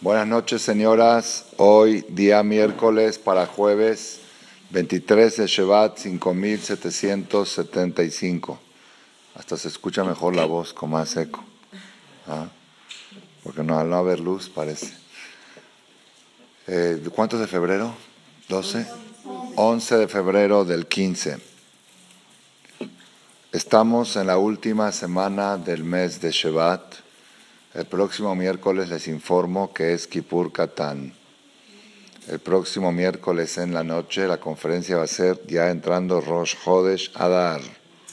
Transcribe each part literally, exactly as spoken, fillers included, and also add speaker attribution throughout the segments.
Speaker 1: Buenas noches, señoras. Hoy, día miércoles para jueves, veintitrés de Shevat, cinco mil setecientos setenta y cinco. Hasta se escucha mejor la voz, con más eco. ¿Ah? Porque no, al no haber luz, parece. Eh, ¿Cuántos de febrero? ¿doce? once de febrero del quince. Estamos en la última semana del mes de Shevat. El próximo miércoles les informo que es Kippur Katán. El próximo miércoles en la noche la conferencia va a ser ya entrando Rosh Chodesh Adar.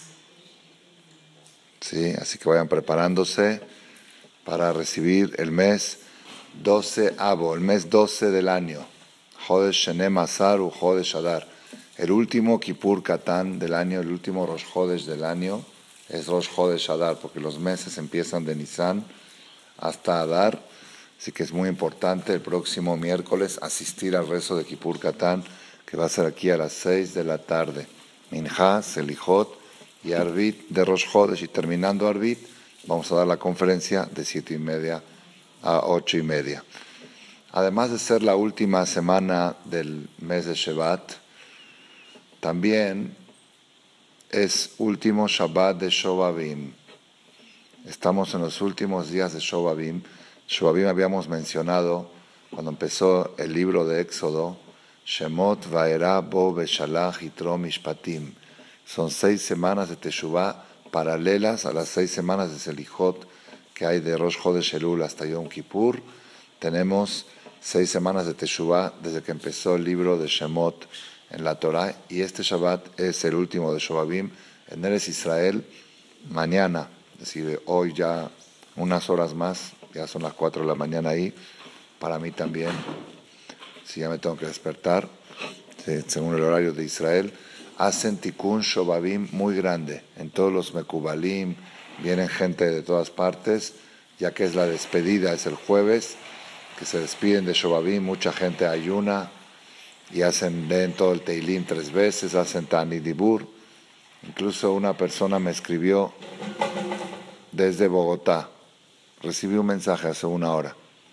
Speaker 1: ¿Sí? Así que vayan preparándose para recibir el mes doce Abo, el mes doce del año. Chodesh Shenem Asar u Chodesh Adar. El último Kippur Katán del año, el último Rosh Chodesh del año es Rosh Chodesh Adar, porque los meses empiezan de Nisan hasta Adar, así que es muy importante el próximo miércoles asistir al rezo de Kippur Katán, que va a ser aquí a las seis de la tarde. Minjá, Selijot y Arbit de Rosh Chodesh, y terminando Arbit vamos a dar la conferencia de siete y media a ocho y media. Además de ser la última semana del mes de Shevat, también es último Shabbat de Shobabim. Estamos en los últimos días de Shobabim. Shobabim habíamos mencionado cuando empezó el libro de Éxodo, Shemot Vaera Bo Beshalach Yitro Mishpatim. Son seis semanas de Teshuvah paralelas a las seis semanas de Selijot que hay de Rosh Chodesh Elul hasta Yom Kippur. Tenemos seis semanas de Teshuvah desde que empezó el libro de Shemot en la Torah, y este Shabbat es el último de Shobabim en Eretz Israel. Mañana, es decir, hoy ya unas horas más, ya son las cuatro de la mañana ahí, para mí también, si ya me tengo que despertar, sí, según el horario de Israel, hacen Tikkun Shobabim muy grande, en todos los Mekubalim, vienen gente de todas partes, ya que es la despedida, es el jueves, que se despiden de Shobabim, mucha gente ayuna, y hacen, leen todo el Teilim tres veces, hacen Tani Dibur. Incluso una persona me escribió desde Bogotá, recibí un mensaje hace una hora,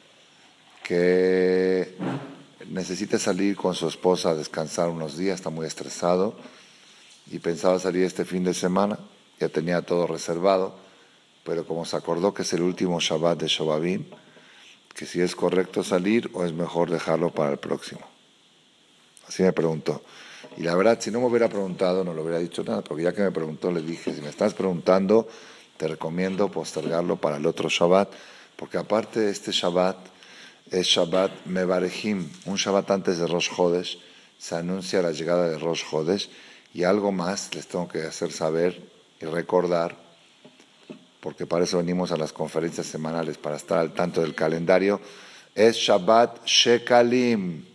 Speaker 1: que necesita salir con su esposa a descansar unos días, está muy estresado, y pensaba salir este fin de semana, ya tenía todo reservado, pero como se acordó que es el último Shabbat de Shobabim, que si es correcto salir o es mejor dejarlo para el próximo. Así me preguntó. Y la verdad, si no me hubiera preguntado, no le hubiera dicho nada, porque ya que me preguntó, le dije, si me estás preguntando, te recomiendo postergarlo para el otro Shabbat, porque aparte de este Shabbat, es Shabbat Mevarejim, un Shabbat antes de Rosh Chodesh, se anuncia la llegada de Rosh Chodesh, y algo más les tengo que hacer saber y recordar, porque para eso venimos a las conferencias semanales, para estar al tanto del calendario, es Shabbat Shekalim.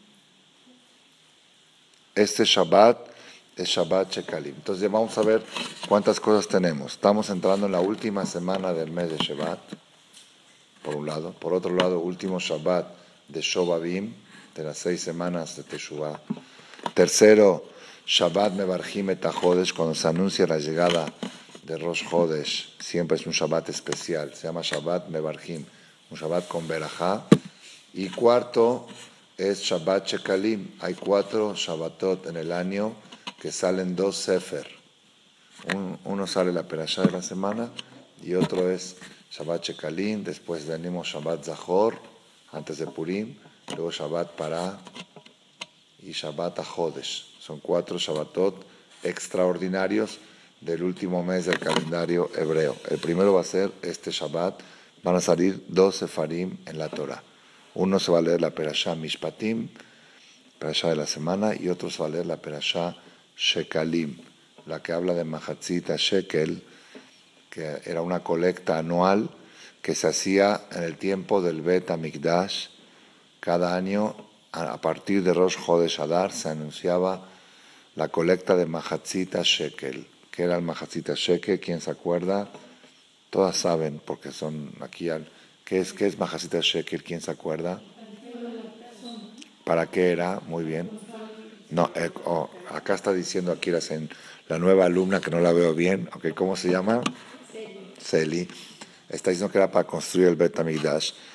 Speaker 1: Este Shabbat es Shabbat Shekalim. Entonces vamos a ver cuántas cosas tenemos. Estamos entrando en la última semana del mes de Shevat, por un lado. Por otro lado, último Shabbat de Shobabim, de las seis semanas de Teshuvah. Tercero, Shabbat Mevarjim et HaChodesh, cuando se anuncia la llegada de Rosh Chodesh. Siempre es un Shabbat especial. Se llama Shabbat Mevarjim, un Shabbat con Berajá. Y cuarto es Shabbat Shekalim. Hay cuatro Shabbatot en el año que salen dos Sefer. Un, uno sale la Perashá de la semana y otro es Shabbat Shekalim. Después venimos Shabbat Zachor, antes de Purim. Luego Shabbat Pará y Shabbat HaChodesh. Son cuatro Shabbatot extraordinarios del último mes del calendario hebreo. El primero va a ser este Shabbat. Van a salir dos Sefarim en la Torah. Uno se va a leer la Perashá Mishpatim, Perashá de la semana, y otro se va a leer la Perashá Shekalim, la que habla de Mahatzita Shekel, que era una colecta anual que se hacía en el tiempo del Bet HaMikdash. Cada año, a partir de Rosh Chodesh Adar, se anunciaba la colecta de Mahatzita Shekel. ¿Qué era el Mahatzita Shekel? ¿Quién se acuerda? Todas saben, porque son aquí al... ¿Qué es, qué es Mahatzita Shekel? ¿Quién se acuerda? ¿Para qué era? Muy bien. No, eh, oh, acá está diciendo aquí la, la nueva alumna que no la veo bien. Okay, ¿cómo se llama? Celi. Está diciendo que era para construir el Bet HaMikdash.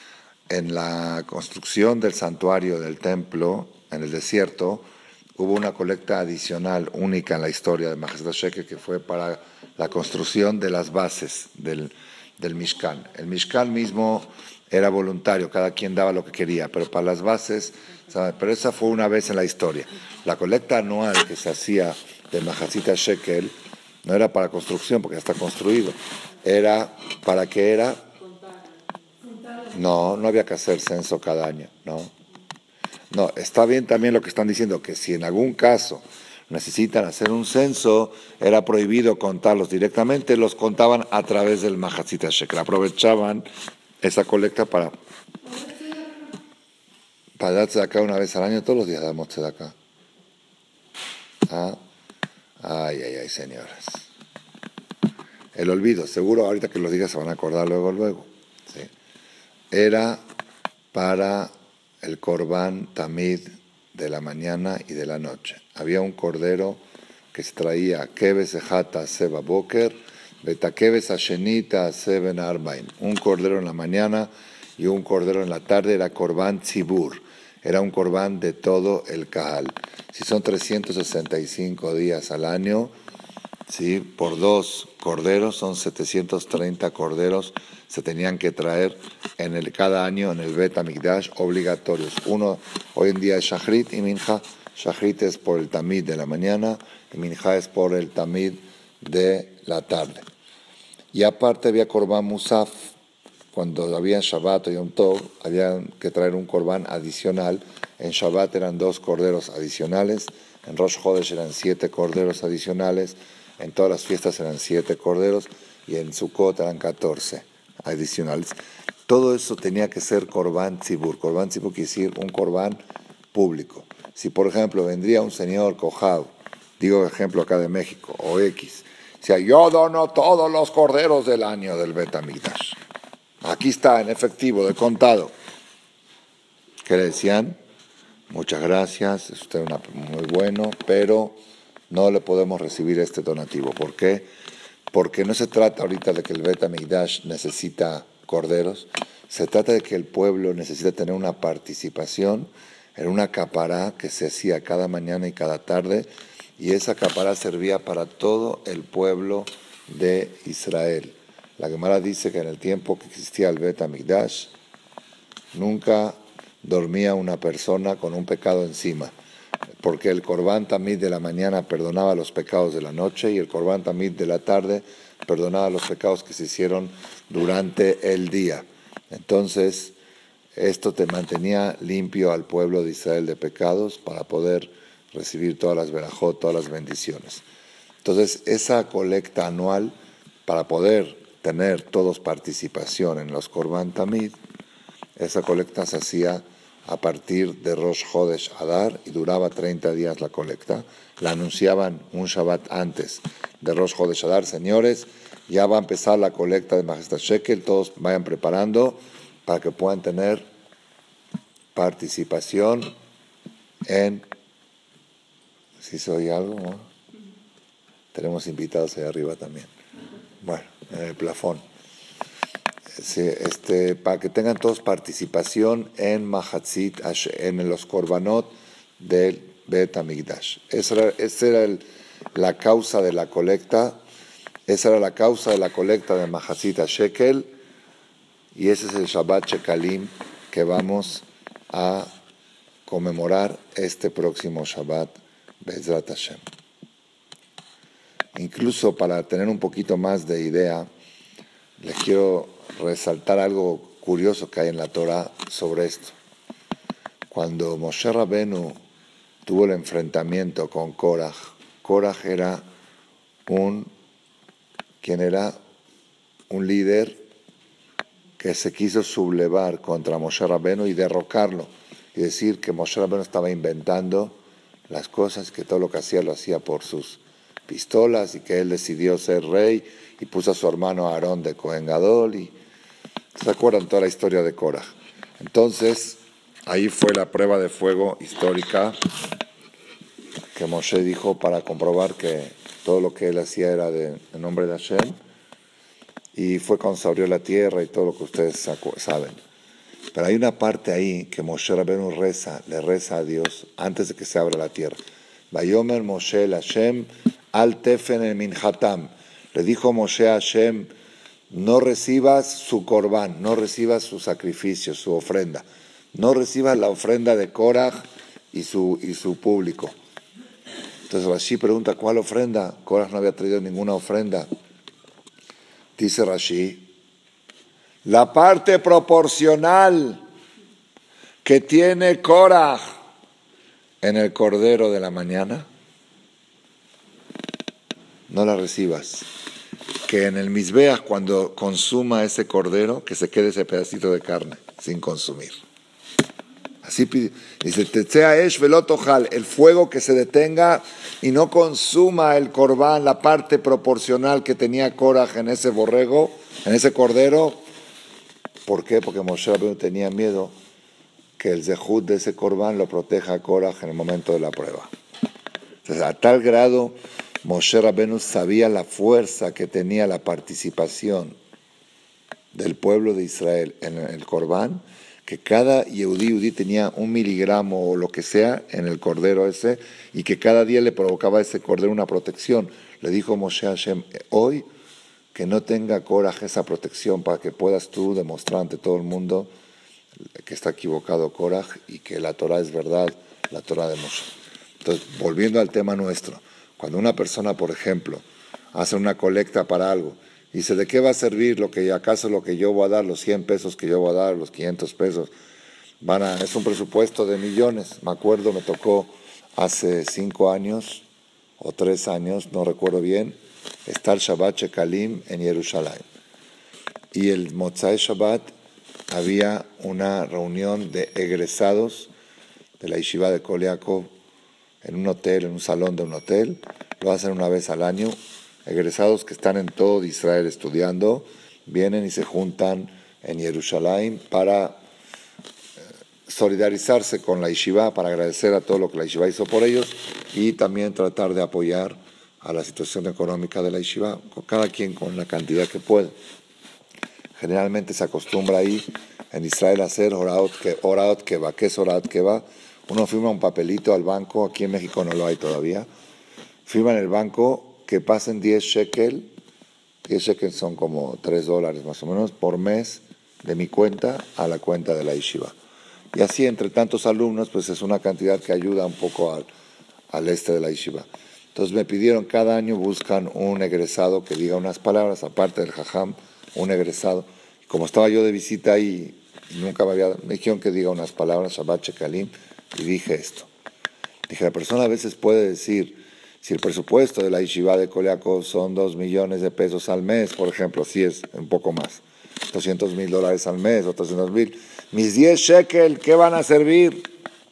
Speaker 1: en la construcción del santuario del templo, en el desierto, hubo una colecta adicional única en la historia de Mahazit Shekel, que fue para la construcción de las bases del, del Mishkan. El Mishkan mismo era voluntario, cada quien daba lo que quería, pero para las bases, ¿sabe? Pero esa fue una vez en la historia. La colecta anual que se hacía de Mahazit Shekel no era para construcción, porque ya está construido, era para que era... No, no había que hacer censo cada año, no. No, está bien también lo que están diciendo, que si en algún caso necesitan hacer un censo, era prohibido contarlos directamente, los contaban a través del Mahazit Shekel. Aprovechaban esa colecta para, para dar tzedakah una vez al año. Todos los días damos tzedakah. ¿Ah? Ay, ay, ay, señores. El olvido, seguro ahorita que los digas se van a acordar luego, luego. ¿Sí? Era para el Corbán Tamid de la mañana y de la noche. Había un cordero que se traía Keves Ejata Seba Boker, Betakeves Ashenita Seben Arbain. Un cordero en la mañana y un cordero en la tarde era Corbán Tzibur. Era un corbán de todo el Kahal. Si son trescientos sesenta y cinco días al año, ¿sí? Por dos corderos, son setecientos treinta corderos, se tenían que traer en el, cada año en el Bet HaMikdash obligatorios. Uno hoy en día es Shachrit y Minja. Shachrit es por el Tamid de la mañana y Minja es por el Tamid de la tarde. Y aparte había Corbán Musaf. Cuando había Shabbat o Yom Tov, había que traer un corbán adicional. En Shabbat eran dos corderos adicionales, en Rosh Chodesh eran siete corderos adicionales, en todas las fiestas eran siete corderos y en Sukkot eran catorce adicionales. Todo eso tenía que ser corbán tzibur. Corbán tzibur quiere decir un corbán público. Si, por ejemplo, vendría un señor Kohab, digo ejemplo acá de México, o X, decía, yo dono todos los corderos del año del Bet HaMikdash. Aquí está, en efectivo, de contado. ¿Qué le decían? Muchas gracias, es usted una, muy bueno, pero no le podemos recibir este donativo. ¿Por qué? Porque no se trata ahorita de que el Bet HaMikdash necesita corderos, se trata de que el pueblo necesita tener una participación en una capará que se hacía cada mañana y cada tarde, y esa capará servía para todo el pueblo de Israel. La Gemara dice que en el tiempo que existía el Bet HaMikdash, nunca dormía una persona con un pecado encima, porque el Corbán Tamid de la mañana perdonaba los pecados de la noche y el Corbán Tamid de la tarde perdonaba los pecados que se hicieron durante el día. Entonces, esto te mantenía limpio al pueblo de Israel de pecados para poder recibir todas las verajot, todas las bendiciones. Entonces, esa colecta anual, para poder tener todos participación en los Corbán Tamid, esa colecta se hacía a partir de Rosh Chodesh Adar y duraba treinta días la colecta. La anunciaban un Shabbat antes de Rosh Chodesh Adar. Señores, ya va a empezar la colecta de Mahazit Shekel, todos vayan preparando para que puedan tener participación en... ¿Sí se oye algo? ¿No? Tenemos invitados ahí arriba también. Bueno, en el plafón. Sí, este, para que tengan todos participación en Mahazit, en los Korbanot del Bet HaMikdash. Esa era, esa era el, la causa de la colecta, esa era la causa de la colecta de Mahazit Shekel, y ese es el Shabbat Shekalim que vamos a conmemorar este próximo Shabbat, Be'ezrat Hashem. Incluso para tener un poquito más de idea, les quiero resaltar algo curioso que hay en la Torah sobre esto. Cuando Moshe Rabenu tuvo el enfrentamiento con Korach, Korach era un, quien era un líder que se quiso sublevar contra Moshe Rabenu y derrocarlo, y decir que Moshe Rabenu estaba inventando las cosas, que todo lo que hacía lo hacía por sus pistolas y que él decidió ser rey y puso a su hermano Aarón de Cohen Gadol. Y ¿se acuerdan toda la historia de Korach? Entonces, ahí fue la prueba de fuego histórica que Moshe dijo para comprobar que todo lo que él hacía era de, en nombre de Hashem, y fue cuando se abrió la tierra y todo lo que ustedes saben. Pero hay una parte ahí que Moshe Rabbeinu reza, le reza a Dios antes de que se abra la tierra. Vayomer Moshe el Hashem al tefen el minhatam. Le dijo Moshe a Hashem, no recibas su corbán, no recibas su sacrificio, su ofrenda. No recibas la ofrenda de Korach y su, y su público. Entonces Rashi pregunta, ¿cuál ofrenda? Korach no había traído ninguna ofrenda. Dice Rashi, la parte proporcional que tiene Korach en el cordero de la mañana, no la recibas. Que en el Mizbeach, cuando consuma ese cordero, que se quede ese pedacito de carne sin consumir. Así pide. Dice, Tetzea esh velot ojal, el fuego que se detenga y no consuma el corbán, la parte proporcional que tenía Korach en ese borrego, en ese cordero. ¿Por qué? Porque Moshe Rabbeinu tenía miedo que el zehut de ese corbán lo proteja a Korach en el momento de la prueba. Entonces, a tal grado, Moshe Rabbeinu sabía la fuerza que tenía la participación del pueblo de Israel en el corbán, que cada Yehudí, Yehudí tenía un miligramo o lo que sea en el cordero ese, y que cada día le provocaba a ese cordero una protección. Le dijo Moshe a Hashem, hoy que no tenga Korach esa protección para que puedas tú demostrar ante todo el mundo que está equivocado Korach y que la Torah es verdad, la Torah de Moshe. Entonces, volviendo al tema nuestro, cuando una persona, por ejemplo, hace una colecta para algo, dice, ¿de qué va a servir lo que acaso lo que yo voy a dar, los cien pesos que yo voy a dar, los quinientos pesos? Van a, es un presupuesto de millones. Me acuerdo, me tocó hace cinco años o tres años, no recuerdo bien, estar Shabbat Shekalim en Jerusalén. Y el Motzai Shabbat había una reunión de egresados de la Yeshiva de Kol Yaakov en un hotel, en un salón de un hotel. Lo hacen una vez al año. Egresados que están en todo Israel estudiando, vienen y se juntan en Jerusalén para solidarizarse con la Yeshiva, para agradecer a todo lo que la Yeshiva hizo por ellos y también tratar de apoyar a la situación económica de la Yeshiva, cada quien con la cantidad que puede. Generalmente se acostumbra ahí en Israel a hacer Horaot Keva. ¿Qué es Horaot Keva? Uno firma un papelito al banco, aquí en México no lo hay todavía, firma en el banco que pasen diez shekel, diez shekel son como tres dólares más o menos, por mes de mi cuenta a la cuenta de la yeshiva. Y así entre tantos alumnos, pues es una cantidad que ayuda un poco al, al este de la yeshiva. Entonces me pidieron, cada año buscan un egresado que diga unas palabras, aparte del jajam, un egresado. Como estaba yo de visita ahí, y nunca me había, me dijeron que diga unas palabras, Shabbat Shekalim, y dije esto. Dije, la persona a veces puede decir, si el presupuesto de la yeshiva de Kol Yaakov son dos millones de pesos al mes, por ejemplo, si es un poco más, doscientos mil dólares al mes o trescientos mil, mis diez shekel, ¿qué van a servir?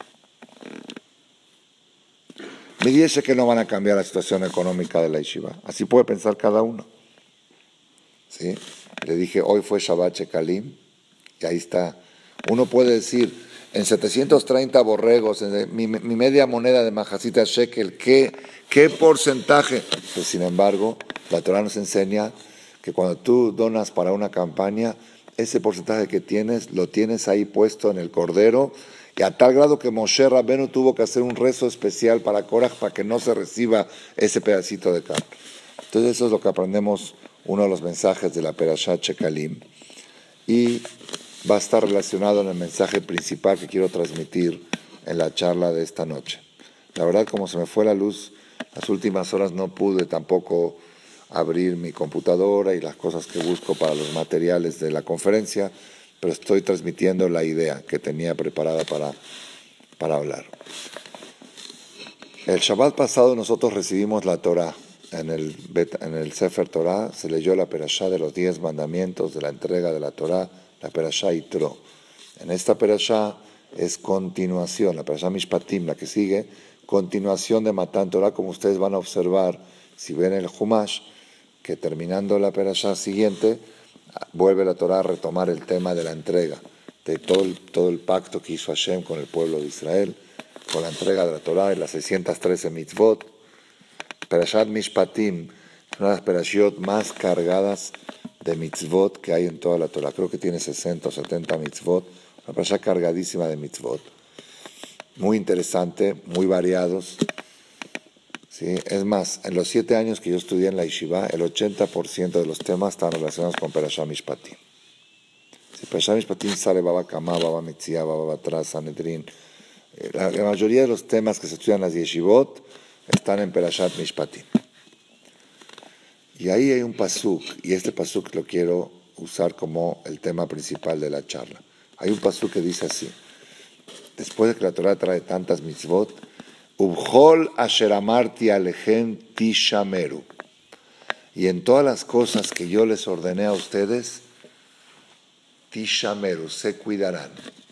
Speaker 1: Mis diez shekel no van a cambiar la situación económica de la yeshiva. Así puede pensar cada uno. ¿Sí? Le dije, hoy fue Shabbat Shekalim, y ahí está. Uno puede decir, en setecientos treinta borregos, en mi, mi media moneda de majacita shekel, ¿qué, qué porcentaje? Pues, sin embargo, la Torah nos enseña que cuando tú donas para una campaña, ese porcentaje que tienes, lo tienes ahí puesto en el cordero, y a tal grado que Moshe Rabbeinu tuvo que hacer un rezo especial para Korach para que no se reciba ese pedacito de carne. Entonces eso es lo que aprendemos, uno de los mensajes de la Perashat Shekalim. Y va a estar relacionado en el mensaje principal que quiero transmitir en la charla de esta noche. La verdad, como se me fue la luz, las últimas horas no pude tampoco abrir mi computadora y las cosas que busco para los materiales de la conferencia, pero estoy transmitiendo la idea que tenía preparada para, para hablar. El Shabbat pasado nosotros recibimos la Torah. En el, en el Sefer Torah se leyó la Perashá de los diez mandamientos de la entrega de la Torah, la Perashá Yitro. En esta Perashá es continuación, la Perashá Mishpatim, la que sigue, continuación de Matan Torah, como ustedes van a observar si ven el Humash, que terminando la Perashá siguiente, vuelve la Torah a retomar el tema de la entrega, de todo el, todo el pacto que hizo Hashem con el pueblo de Israel, con la entrega de la Torah y las seiscientas trece mitzvot. Perashat Mishpatim, una de las perashiot más cargadas de mitzvot que hay en toda la Torah. Creo que tiene sesenta o setenta mitzvot, Una parashá cargadísima de mitzvot. Muy interesante, muy variados. ¿Sí? Es más, en los siete años que yo estudié en la Yeshiva, el ochenta por ciento de los temas están relacionados con Perashá Mishpatim. Si Perashá Mishpatim sale Baba Kamá, Baba Metzia, Baba Batra, Sanedrín. La, la mayoría de los temas que se estudian en las Yeshivot están en Perashat Mishpatim. Y ahí hay un pasuk, y este pasuk lo quiero usar como el tema principal de la charla. Hay un pasuk que dice así: después de que la Torah trae tantas mitzvot, Ubhol asher amarti alechem tishameru. Y en todas las cosas que yo les ordené a ustedes, tishameru, se cuidarán.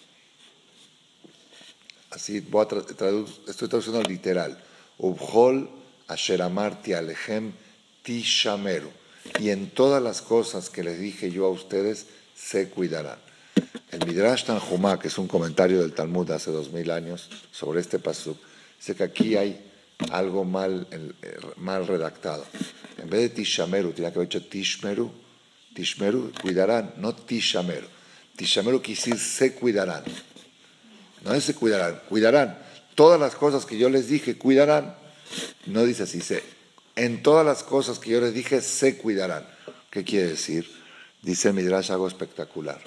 Speaker 1: Así voy a tra- tradu- estoy traduciendo literal. Ubhol asher amarti alechem tishameru. Y en todas las cosas que les dije yo a ustedes, se cuidarán. El Midrash Tanjumá, que es un comentario del Talmud de hace dos mil años sobre este pasuk, dice que aquí hay algo mal, mal redactado. En vez de Tishameru, tiene que haber dicho Tishmeru. Tishmeru, cuidarán, no Tishameru. Tishameru quiere decir se cuidarán. No es se cuidarán, cuidarán. Todas las cosas que yo les dije, cuidarán. No dice así, se. En todas las cosas que yo les dije, se cuidarán. ¿Qué quiere decir? Dice el Midrash algo espectacular.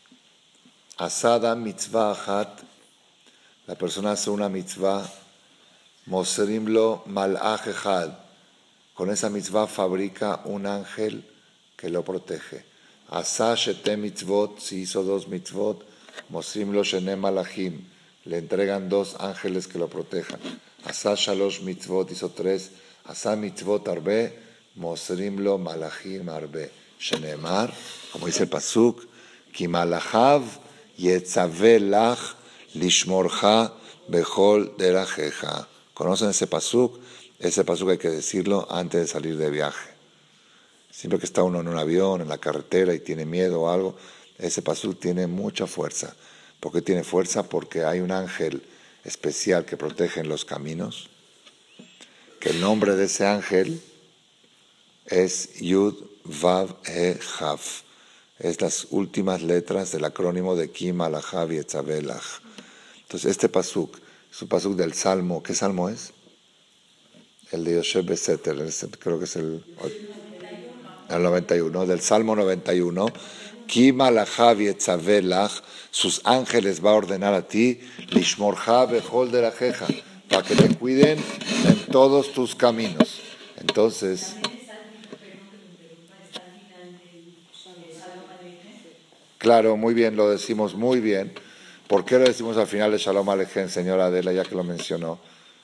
Speaker 1: Asada mitzvah achat, la persona hace una mitzvah, mosrim lo malach echad, con esa mitzvah fabrica un ángel que lo protege. Asa shete mitzvot, si hizo dos mitzvot, mosrim lo shene malachim, le entregan dos ángeles que lo protejan. Asa shalosh mitzvot, hizo tres, asa mitzvot arbe, mosrim lo malachim arbe. Shenemar, como dice el pasuk, ki malachav yetzave lach lishmorcha bechol derajeja. ¿Conocen ese pasuk? Ese pasuk hay que decirlo antes de salir de viaje. Siempre que está uno en un avión, en la carretera y tiene miedo o algo, ese pasuk tiene mucha fuerza. ¿Por qué tiene fuerza? Porque hay un ángel especial que protege en los caminos, que el nombre de ese ángel es Yud Vav He Jav. Es las últimas letras del acrónimo de Ki Malachav Yetzaveh Lach. Entonces este pasuk es un pasuk del Salmo. ¿Qué Salmo es? El de Yosef Beseter, creo que es el, el noventa y uno, del Salmo noventa y uno. Ki Malachav Yetzaveh Lach, sus ángeles va a ordenar a ti, Lishmorcha Bechol Derajeja, para que te cuiden en todos tus caminos. Entonces, claro, muy bien, lo decimos muy bien. ¿Por qué lo decimos al final de Shalom Aleichem, señora Adela, ya que lo mencionó?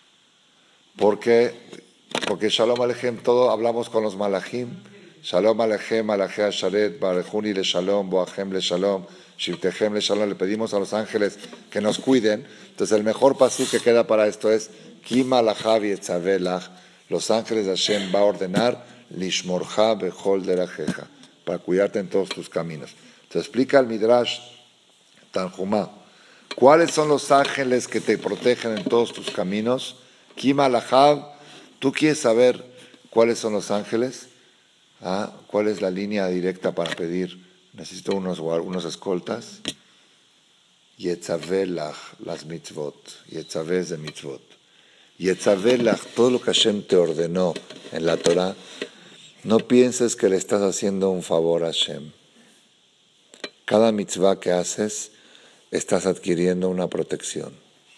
Speaker 1: Porque, porque Shalom Aleichem, todo hablamos con los malachim. Shalom Aleichem, Malachei Asharet, Barejuni le Shalom, Boahem le Shalom, Shivtechem le Shalom. Le pedimos a los ángeles que nos cuiden. Entonces el mejor pasú que queda para esto es Ki Malachav Yetzaveh Lach. Los ángeles de Hashem va a ordenar Lishmorcha Bechol Derajeja, para cuidarte en todos tus caminos. Te explica el Midrash Tanjumá. ¿Cuáles son los ángeles que te protegen en todos tus caminos? Ki Malachav. ¿Tú quieres saber cuáles son los ángeles? ¿Ah? ¿Cuál es la línea directa para pedir? Necesito unos, unos escoltas. Yetzaveh Lach, las mitzvot. Yetzaveh es de mitzvot. Yetzaveh Lach, todo lo que Hashem te ordenó en la Torah, no pienses que le estás haciendo un favor a Hashem. Cada mitzvah que haces, estás adquiriendo una protección.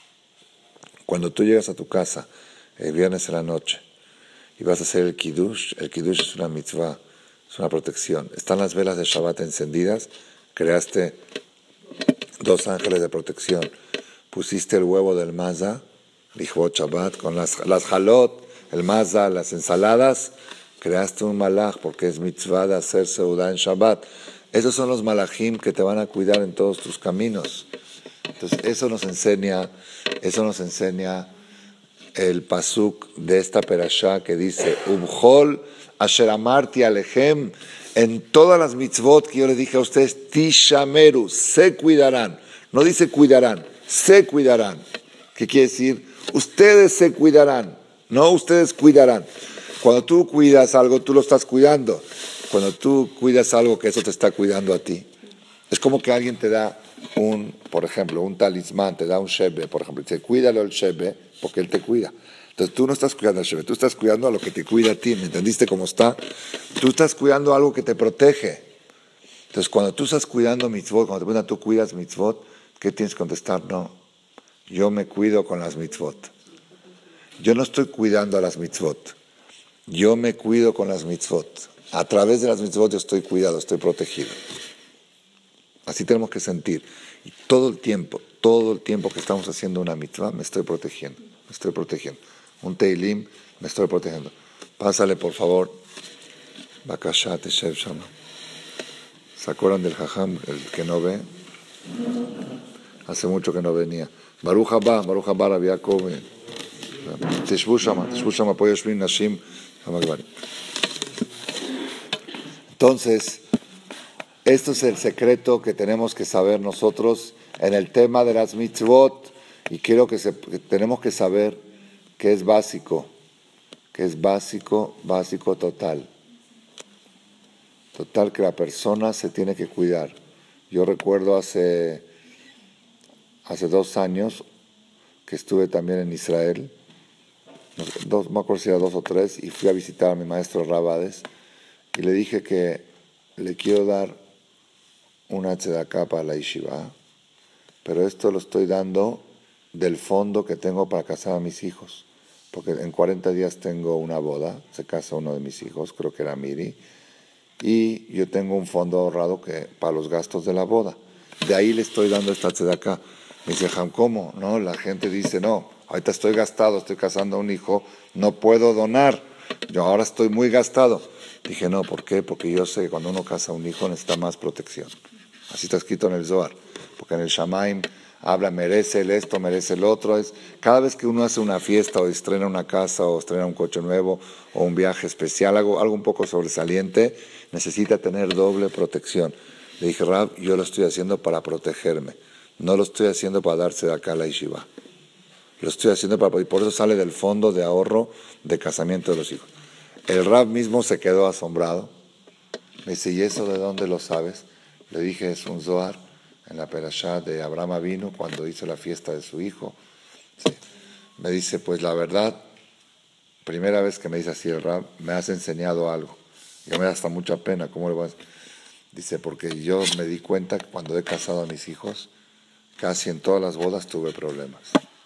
Speaker 1: Cuando tú llegas a tu casa, el viernes en la noche, y vas a hacer el Kiddush, el Kiddush es una mitzvah, es una protección. Están las velas de Shabbat encendidas, creaste dos ángeles de protección. Pusiste el huevo del maza, Lichvot Shabbat, con las, las halot, el maza, las ensaladas, creaste un malach, porque es mitzvah de hacer seudá en Shabbat. Esos son los malachim que te van a cuidar en todos tus caminos. Entonces, eso nos enseña, eso nos enseña el pasuk de esta perashá que dice, Ubhol asher amarti alechem, en todas las mitzvot que yo les dije a ustedes, tishameru, se cuidarán. No dice cuidarán, se cuidarán. ¿Qué quiere decir? Ustedes se cuidarán, no ustedes cuidarán. Cuando tú cuidas algo, tú lo estás cuidando. Cuando tú cuidas algo, que eso te está cuidando a ti. Es como que alguien te da un, por ejemplo, un talismán, te da un shebe, por ejemplo, te cuídalo el shebe porque él te cuida. Entonces tú no estás cuidando al shebe, tú estás cuidando a lo que te cuida a ti, ¿me entendiste cómo está? Tú estás cuidando algo que te protege. Entonces cuando tú estás cuidando mitzvot, cuando te preguntan tú cuidas mitzvot, ¿qué tienes que contestar? No, yo me cuido con las mitzvot. Yo no estoy cuidando a las mitzvot, yo me cuido con las mitzvot. A través de las mitzvot yo estoy cuidado, estoy protegido. Así tenemos que sentir. Y todo el tiempo, todo el tiempo que estamos haciendo una mitzvah, me estoy protegiendo, me estoy protegiendo. Un teilim, me estoy protegiendo. Pásale, por favor. Bakasha Teshev Shama. ¿Se acuerdan del jajam, el que no ve? Hace mucho que no venía. Baruch haba, Baruch haba, Rabbi Yaakov. Teshvu Shama, Teshvu Shama, po yoshvim nashim. Entonces, esto es el secreto que tenemos que saber nosotros en el tema de las mitzvot, y quiero que, se, que tenemos que saber que es básico, que es básico, básico total. Total que la persona se tiene que cuidar. Yo recuerdo hace, hace dos años que estuve también en Israel, dos, no me acuerdo si era dos o tres, y fui a visitar a mi maestro Rabades, y le dije que le quiero dar una tzedaká para la yeshiva, pero esto lo estoy dando del fondo que tengo para casar a mis hijos, porque en cuarenta días tengo una boda, se casa uno de mis hijos, creo que era Miri, y yo tengo un fondo ahorrado que, para los gastos de la boda. De ahí le estoy dando esta tzedaká. Me dice, Jam, ¿cómo? No, la gente dice, no, ahorita estoy gastado, estoy casando a un hijo, no puedo donar, yo ahora estoy muy gastado. Dije, no, ¿por qué? Porque yo sé que cuando uno casa a un hijo necesita más protección. Así está escrito en el Zohar, porque en el Shamaim habla, merece el esto, merece el otro. Es, cada vez que uno hace una fiesta o estrena una casa o estrena un coche nuevo o un viaje especial, algo, algo un poco sobresaliente, necesita tener doble protección. Le dije, Rab, yo lo estoy haciendo para protegerme, no lo estoy haciendo para darse de acá a la yeshiva. Lo estoy haciendo para, y por eso sale del fondo de ahorro de casamiento de los hijos. El Rab mismo se quedó asombrado. Me dice, ¿y eso de dónde lo sabes? Le dije, es un Zohar en la Perashá de Abraham Avinu cuando hizo la fiesta de su hijo. Sí. Me dice, pues la verdad, primera vez que me dice así el Rab, me has enseñado algo. Yo me da hasta mucha pena, ¿cómo le vas? Dice, porque yo me di cuenta que cuando he casado a mis hijos, casi en todas las bodas tuve problemas.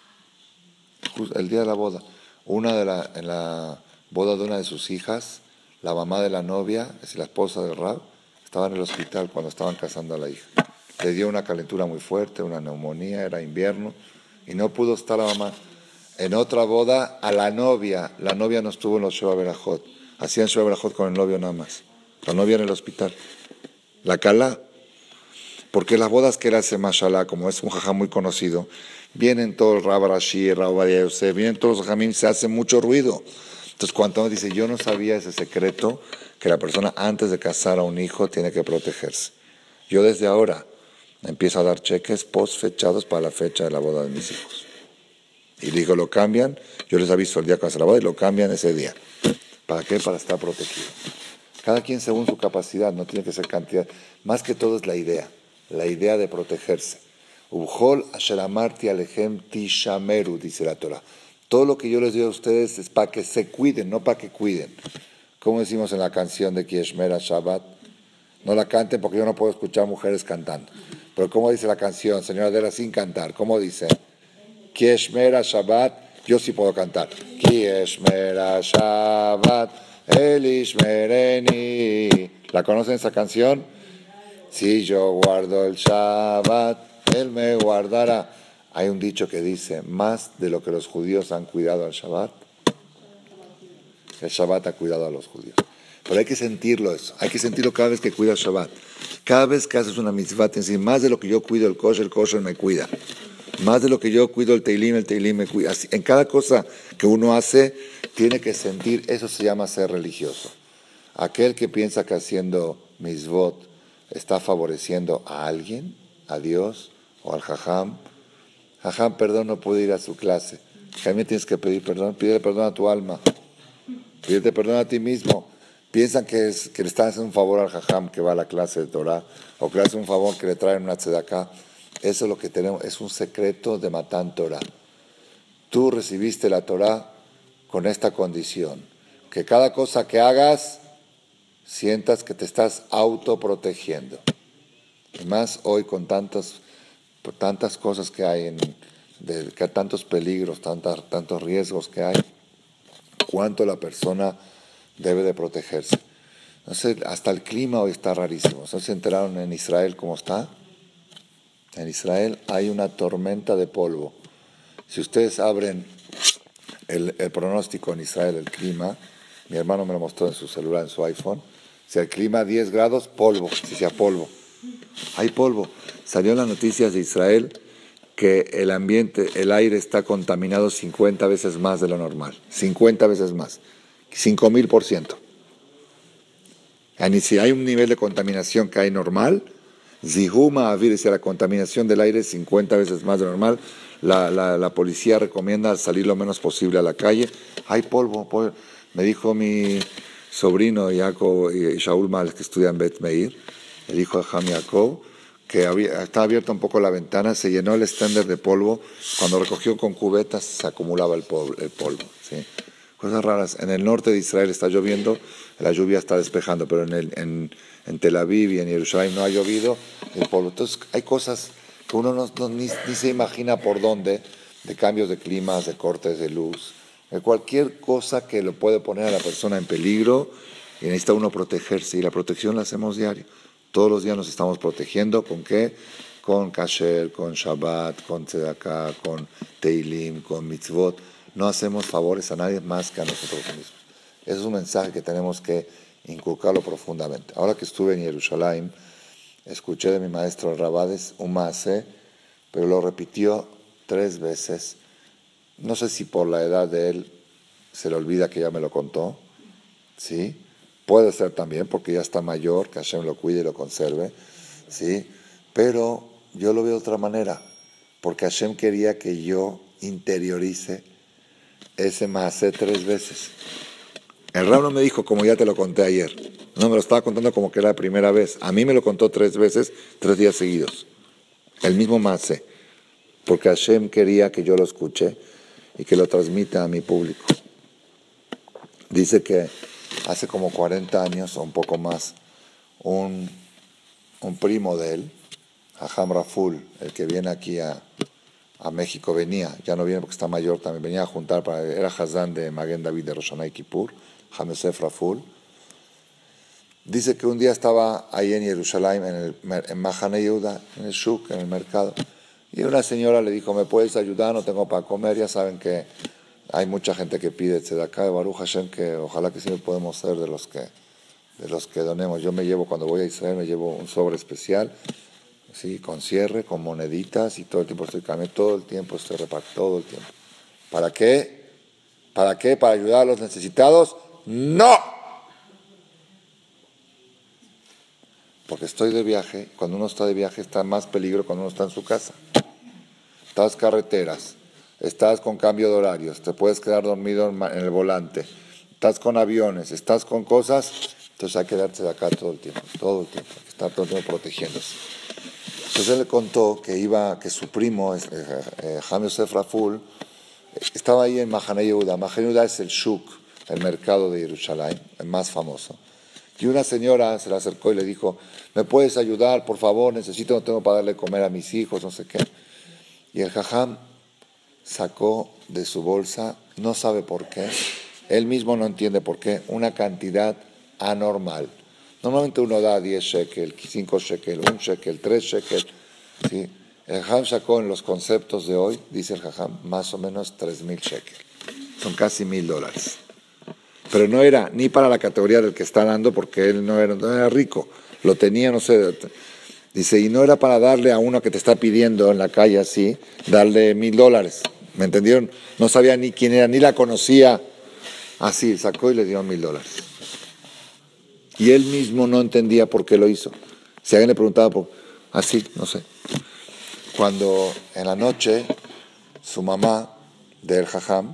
Speaker 1: Justo el día de la boda, una de la, en la boda de una de sus hijas, la mamá de la novia, es decir, la esposa del Rab, estaba en el hospital cuando estaban casando a la hija. Le dio una calentura muy fuerte, una neumonía, era invierno, y no pudo estar la mamá. En otra boda, a la novia, la novia no estuvo en los Sheva Berajot, hacían Sheva Berajot con el novio nada más, la novia en el hospital. La Kalá, porque las bodas que él hace, mashallah, como es un jajá muy conocido, vienen todos el Rab Rashi, el Rab Ovadia Yosef, vienen todos los jajamim, se hace mucho ruido. Entonces cuando uno dice, yo no sabía ese secreto, que la persona antes de casar a un hijo tiene que protegerse. Yo desde ahora empiezo a dar cheques post fechados para la fecha de la boda de mis hijos. Y digo, lo cambian, yo les aviso el día que hace la boda y lo cambian ese día. ¿Para qué? Para estar protegido. Cada quien según su capacidad, no tiene que ser cantidad. Más que todo es la idea, la idea de protegerse. Ubhol asher amarti alejem tishameru, dice la Torah. Todo lo que yo les digo a ustedes es para que se cuiden, no para que cuiden. Como decimos en la canción de Kieshmera Shabbat, no la canten porque yo no puedo escuchar mujeres cantando. Pero ¿cómo dice la canción, señora Adela, sin cantar? ¿Cómo dice? Kieshmera Shabbat, yo sí puedo cantar. Kieshmera Shabbat, Elishmereni. ¿La conocen esa canción? Si yo guardo el Shabbat, Él me guardará. Hay un dicho que dice, más de lo que los judíos han cuidado al Shabbat, el Shabbat ha cuidado a los judíos. Pero hay que sentirlo eso, hay que sentirlo cada vez que cuidas Shabbat. Cada vez que haces una mitzvah, tienes que decir, más de lo que yo cuido el kosher, el kosher me cuida. Más de lo que yo cuido el teilim, el teilim me cuida. Así, en cada cosa que uno hace, tiene que sentir, eso se llama ser religioso. Aquel que piensa que haciendo mitzvot está favoreciendo a alguien, a Dios o al jajam, Jajam, perdón, no pude ir a su clase. También tienes que pedir perdón. Pídele perdón a tu alma. Pídete perdón a ti mismo. Piensan que, es, que le están haciendo un favor al jajam que va a la clase de Torah, o que le hacen un favor que le traen una tzedaká. Eso es lo que tenemos, es un secreto de Matán Torah. Tú recibiste la Torah con esta condición, que cada cosa que hagas, sientas que te estás autoprotegiendo. Y más hoy con tantas, tantas cosas que hay, en, de, que tantos peligros, tantas, tantos riesgos que hay, cuánto la persona debe de protegerse. No sé, hasta el clima hoy está rarísimo. ¿No se enteraron en Israel cómo está? En Israel hay una tormenta de polvo. Si ustedes abren el, el pronóstico en Israel, el clima, mi hermano me lo mostró en su celular, en su iPhone, si el clima diez grados, polvo, si sea polvo. Hay polvo. Salió en las noticias de Israel que el ambiente, el aire está contaminado cincuenta veces más de lo normal. cincuenta veces más. cinco mil por ciento. Y si hay un nivel de contaminación que hay normal, Zihuma Avir, es la contaminación del aire cincuenta veces más de lo normal, la, la, la policía recomienda salir lo menos posible a la calle. Hay polvo, polvo. Me dijo mi sobrino Jacob y Shaul Mal, que estudia en Bet Meir, el hijo de Ham Jacob, que había, estaba abierta un poco la ventana, se llenó el extender de polvo, cuando recogió con cubetas se acumulaba el polvo, el polvo, ¿sí? Cosas raras. En el norte de Israel está lloviendo, la lluvia está despejando, pero en, el, en, en Tel Aviv y en Jerusalén no ha llovido el polvo. Entonces hay cosas que uno no, no, ni, ni se imagina por dónde, de cambios de climas, de cortes de luz, de cualquier cosa que lo puede poner a la persona en peligro, y necesita uno protegerse, y la protección la hacemos diario. Todos los días nos estamos protegiendo. ¿Con qué? Con kasher, con Shabbat, con tzedakah, con teilim, con mitzvot. No hacemos favores a nadie más que a nosotros mismos. Ese es un mensaje que tenemos que inculcarlo profundamente. Ahora que estuve en Jerusalén, escuché de mi maestro Rabades un maaseh, pero lo repitió tres veces. No sé si por la edad de él se le olvida que ya me lo contó, ¿sí? Puede ser también porque ya está mayor, que Hashem lo cuide y lo conserve, ¿sí? Pero yo lo veo de otra manera, porque Hashem quería que yo interiorice ese maaseh tres veces. El Rab no me dijo como ya te lo conté ayer, no, me lo estaba contando como que era la primera vez. A mí me lo contó tres veces, tres días seguidos, el mismo maaseh, porque Hashem quería que yo lo escuche y que lo transmita a mi público. Dice que hace como cuarenta años o un poco más, un, un primo de él, Hajam Raful, el que viene aquí a, a México, venía, ya no viene porque está mayor, también venía a juntar, para, era Hazán de Maguen David de Rosh Hashanah y Kippur, Hajam Yosef Raful. Dice que un día estaba ahí en Jerusalén, en, el, en Mahane Yehuda, en el Shuk, en el mercado, y una señora le dijo, ¿me puedes ayudar? No tengo para comer. Ya saben que hay mucha gente que pide tzedakah de Baruch Hashem, que ojalá que sí podemos ser de los que, de los que donemos. Yo me llevo, cuando voy a Israel, me llevo un sobre especial, ¿sí? Con cierre, con moneditas, y todo el tiempo estoy cambiando, todo el tiempo estoy repartiendo, todo el tiempo. ¿Para qué? ¿Para qué? ¿Para ayudar a los necesitados? ¡No! Porque estoy de viaje. Cuando uno está de viaje está más peligro cuando uno está en su casa. Estás carreteras, estás con cambio de horarios, te puedes quedar dormido en el volante, estás con aviones, estás con cosas, entonces hay que quedarse de acá todo el tiempo, todo el tiempo, estar todo el tiempo protegiéndose. Entonces él le contó que iba, que su primo, eh, eh, Hajam Yosef Raful, estaba ahí en Mahane Yehuda. Mahane Yehuda es el Shuk, el mercado de Jerusalén, el más famoso. Y una señora se le acercó y le dijo, ¿me puedes ayudar, por favor? Necesito, no tengo para darle comer a mis hijos, no sé qué. Y el Jajam sacó de su bolsa, no sabe por qué, él mismo no entiende por qué, una cantidad anormal. Normalmente uno da diez shekel, cinco shekel, un shekel, tres shekel, ¿sí? El Jajam sacó en los conceptos de hoy, dice el Jajam, más o menos tres mil shekel. Son casi mil dólares. Pero no era ni para la categoría del que está dando, porque él no era, no era rico, lo tenía, no sé. Dice, y no era para darle a uno que te está pidiendo en la calle así, darle mil dólares. ¿Me entendieron? No sabía ni quién era, ni la conocía. Así, sacó y le dio mil dólares. Y él mismo no entendía por qué lo hizo. Si alguien le preguntaba, por, así, no sé. Cuando en la noche, su mamá del Jajam,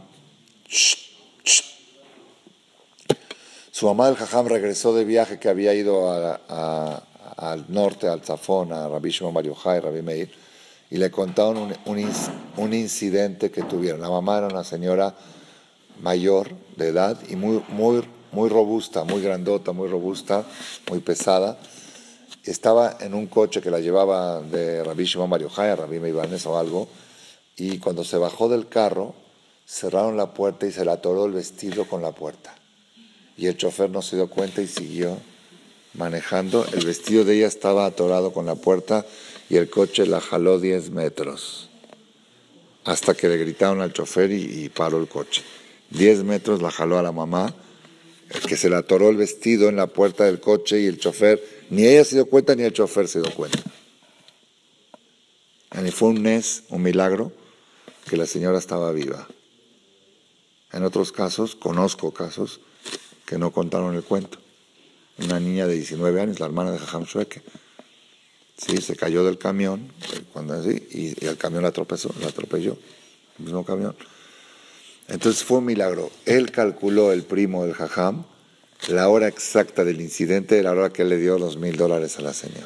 Speaker 1: su mamá del Jajam regresó de viaje que había ido a, a, al norte, al Zafón, a Rabbi Shimon Bar Yochai, Rabbi Meir, y le contaron un, un, un incidente que tuvieron. La mamá era una señora mayor de edad y muy, muy, muy robusta, muy grandota, muy robusta, muy pesada. Estaba en un coche que la llevaba de Rabbi Shimon Bar Yochai a Rabbi Meir Barnes o algo, y cuando se bajó del carro, cerraron la puerta y se le atoró el vestido con la puerta. Y el chofer no se dio cuenta y siguió manejando. El vestido de ella estaba atorado con la puerta y el coche la jaló diez metros. Hasta que le gritaron al chofer y, y paró el coche. diez metros la jaló a la mamá, que se le atoró el vestido en la puerta del coche y el chofer, ni ella se dio cuenta ni el chofer se dio cuenta. Y fue un nes, un milagro, que la señora estaba viva. En otros casos, conozco casos que no contaron el cuento. Una niña de diecinueve años, la hermana de Jajam Shueke, sí, se cayó del camión cuando así, y, y el camión la atropelló, la atropelló, el mismo camión. Entonces fue un milagro. Él calculó, el primo del Jajam, la hora exacta del incidente de la hora que él le dio los mil dólares a la señora.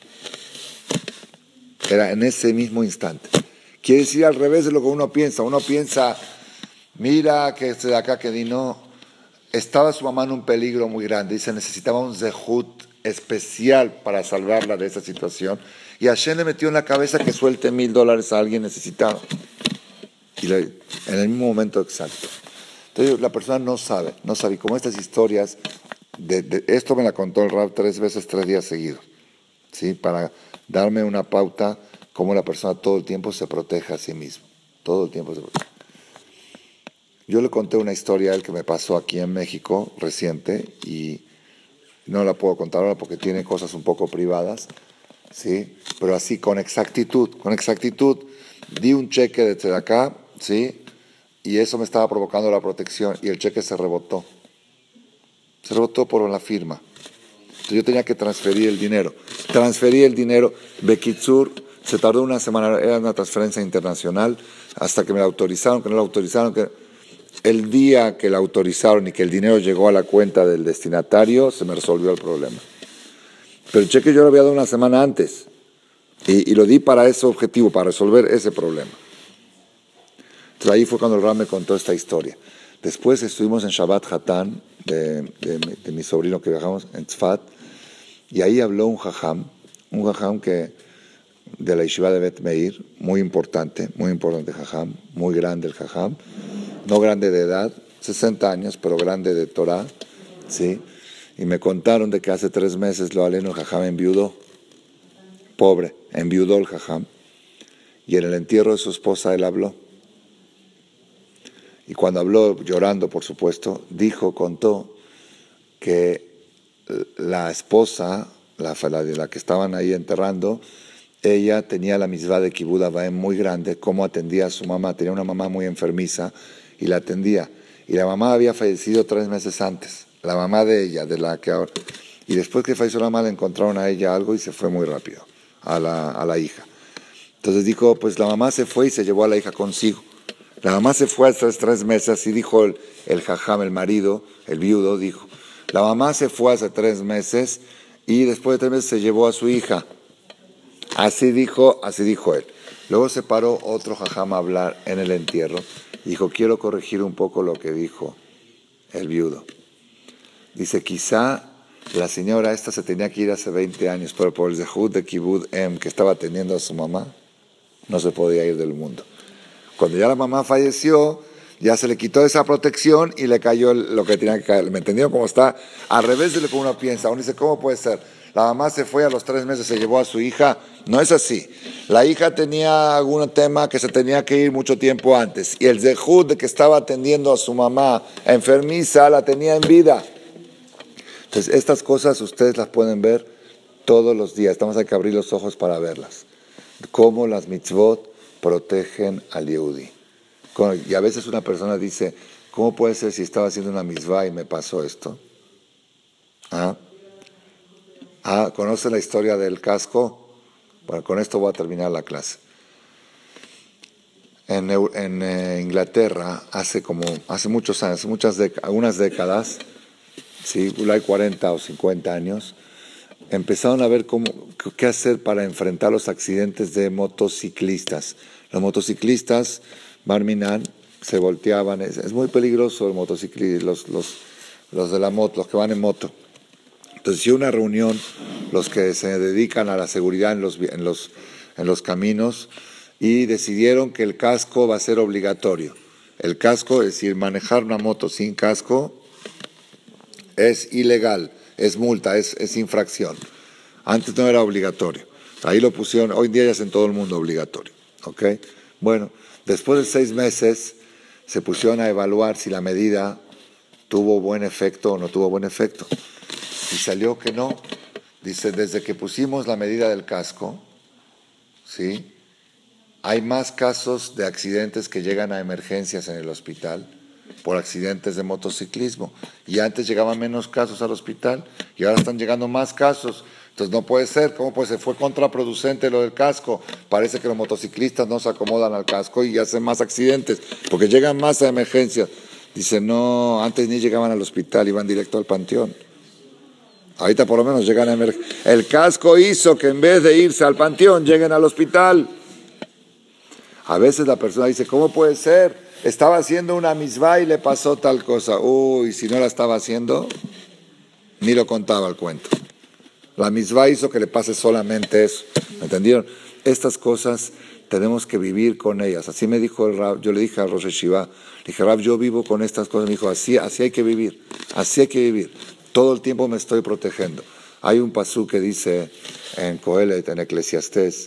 Speaker 1: Era en ese mismo instante. Quiere decir al revés de lo que uno piensa. Uno piensa, mira que este de acá que vino, estaba su mamá en un peligro muy grande y se necesitaba un zehut especial para salvarla de esa situación. Y Hashem le metió en la cabeza que suelte mil dólares a alguien necesitado. Y le, en el mismo momento exacto. Entonces la persona no sabe, no sabe. Y como estas historias, de, de, esto me la contó el Rab tres veces, tres días seguidos, ¿sí? Para darme una pauta cómo la persona todo el tiempo se protege a sí mismo. Todo el tiempo se protege. Yo le conté una historia a él que me pasó aquí en México, reciente, y no la puedo contar ahora porque tiene cosas un poco privadas, ¿sí? Pero así, con exactitud, con exactitud, di un cheque desde acá, ¿sí? Y eso me estaba provocando la protección, y el cheque se rebotó. Se rebotó por la firma. Entonces yo tenía que transferir el dinero. Transferí el dinero, Bekitsur, se tardó una semana, era una transferencia internacional, hasta que me la autorizaron, que no la autorizaron, que... El día que la autorizaron y que el dinero llegó a la cuenta del destinatario, se me resolvió el problema. Pero el cheque yo lo había dado una semana antes, y, y lo di para ese objetivo, para resolver ese problema. Entonces ahí fue cuando el Ram me contó esta historia. Después estuvimos en Shabbat Hatán, de, de, de mi sobrino que viajamos en Tzfat, y ahí habló un jajam, un jajam que, de la yeshiva de Bet Meir, muy importante, muy importante jajam, muy grande el jajam, no grande de edad, sesenta años, pero grande de Torah, ¿sí? Y me contaron de que hace tres meses lo aleno el jajam enviudó, pobre, enviudó el jajam, y en el entierro de su esposa él habló. Y cuando habló, llorando por supuesto, dijo, contó que la esposa, la, la, la que estaban ahí enterrando, ella tenía la misvá de Kibud Avaim muy grande, cómo atendía a su mamá, tenía una mamá muy enfermiza, y la atendía. Y la mamá había fallecido tres meses antes, la mamá de ella, de la que ahora... Y después que falleció la mamá le encontraron a ella algo y se fue muy rápido, a la, a la hija. Entonces dijo, pues la mamá se fue y se llevó a la hija consigo. La mamá se fue hace tres meses y dijo el, el jajam, el marido, el viudo, dijo, la mamá se fue hace tres meses y después de tres meses se llevó a su hija. Así dijo, así dijo él. Luego se paró otro jajam a hablar en el entierro. Dijo, quiero corregir un poco lo que dijo el viudo. Dice, quizá la señora esta se tenía que ir hace veinte años, pero por el zehut de Kibud Em, que estaba atendiendo a su mamá, no se podía ir del mundo. Cuando ya la mamá falleció, ya se le quitó esa protección y le cayó lo que tenía que caer. ¿Me entendieron cómo está? Al revés de lo que uno piensa. Uno dice, ¿cómo puede ser? La mamá se fue a los tres meses, se llevó a su hija. No es así. La hija tenía algún tema que se tenía que ir mucho tiempo antes. Y el zehut de que estaba atendiendo a su mamá enfermiza la tenía en vida. Entonces, estas cosas ustedes las pueden ver todos los días. Estamos hay que abrir los ojos para verlas. Cómo las mitzvot protegen al Yehudi. Y a veces una persona dice, ¿cómo puede ser si estaba haciendo una mitzvah y me pasó esto? ¿Ah? Ah, ¿conoce la historia del casco? Bueno, con esto voy a terminar la clase. En, en eh, Inglaterra, hace como, hace muchos años, muchas décadas, algunas décadas, sí, hay cuarenta o cincuenta años, empezaron a ver cómo, qué hacer para enfrentar los accidentes de motociclistas. Los motociclistas, Barminan, se volteaban, es, es muy peligroso el motociclismo, los, los, los de la moto, los que van en moto. Entonces, si una reunión, los que se dedican a la seguridad en los, en los, en los caminos, y decidieron que el casco va a ser obligatorio. El casco, es decir, manejar una moto sin casco es ilegal, es multa, es, es infracción. Antes no era obligatorio. Ahí lo pusieron, hoy en día ya es en todo el mundo obligatorio. ¿Okay? Bueno, después de seis meses se pusieron a evaluar si la medida tuvo buen efecto o no tuvo buen efecto. Y salió que no. Dice, desde que pusimos la medida del casco, ¿sí?, hay más casos de accidentes que llegan a emergencias en el hospital por accidentes de motociclismo. Y antes llegaban menos casos al hospital y ahora están llegando más casos. Entonces no puede ser, ¿cómo puede ser? Fue contraproducente lo del casco. Parece que los motociclistas no se acomodan al casco y hacen más accidentes porque llegan más a emergencias. Dice, no, antes ni llegaban al hospital, iban directo al panteón. Ahorita por lo menos llegan a emergencias. El casco hizo que en vez de irse al panteón, lleguen al hospital. A veces la persona dice, ¿cómo puede ser? Estaba haciendo una misvá y le pasó tal cosa. Uy, si no la estaba haciendo, ni lo contaba el cuento. La misvá hizo que le pase solamente eso. ¿Me entendieron? Estas cosas tenemos que vivir con ellas. Así me dijo el Rab, yo le dije a Rosh Yeshiva, le dije, Rab, yo vivo con estas cosas. Me dijo, así, así hay que vivir, así hay que vivir. Todo el tiempo me estoy protegiendo. Hay un pasú que dice en Coelet, en Eclesiastés,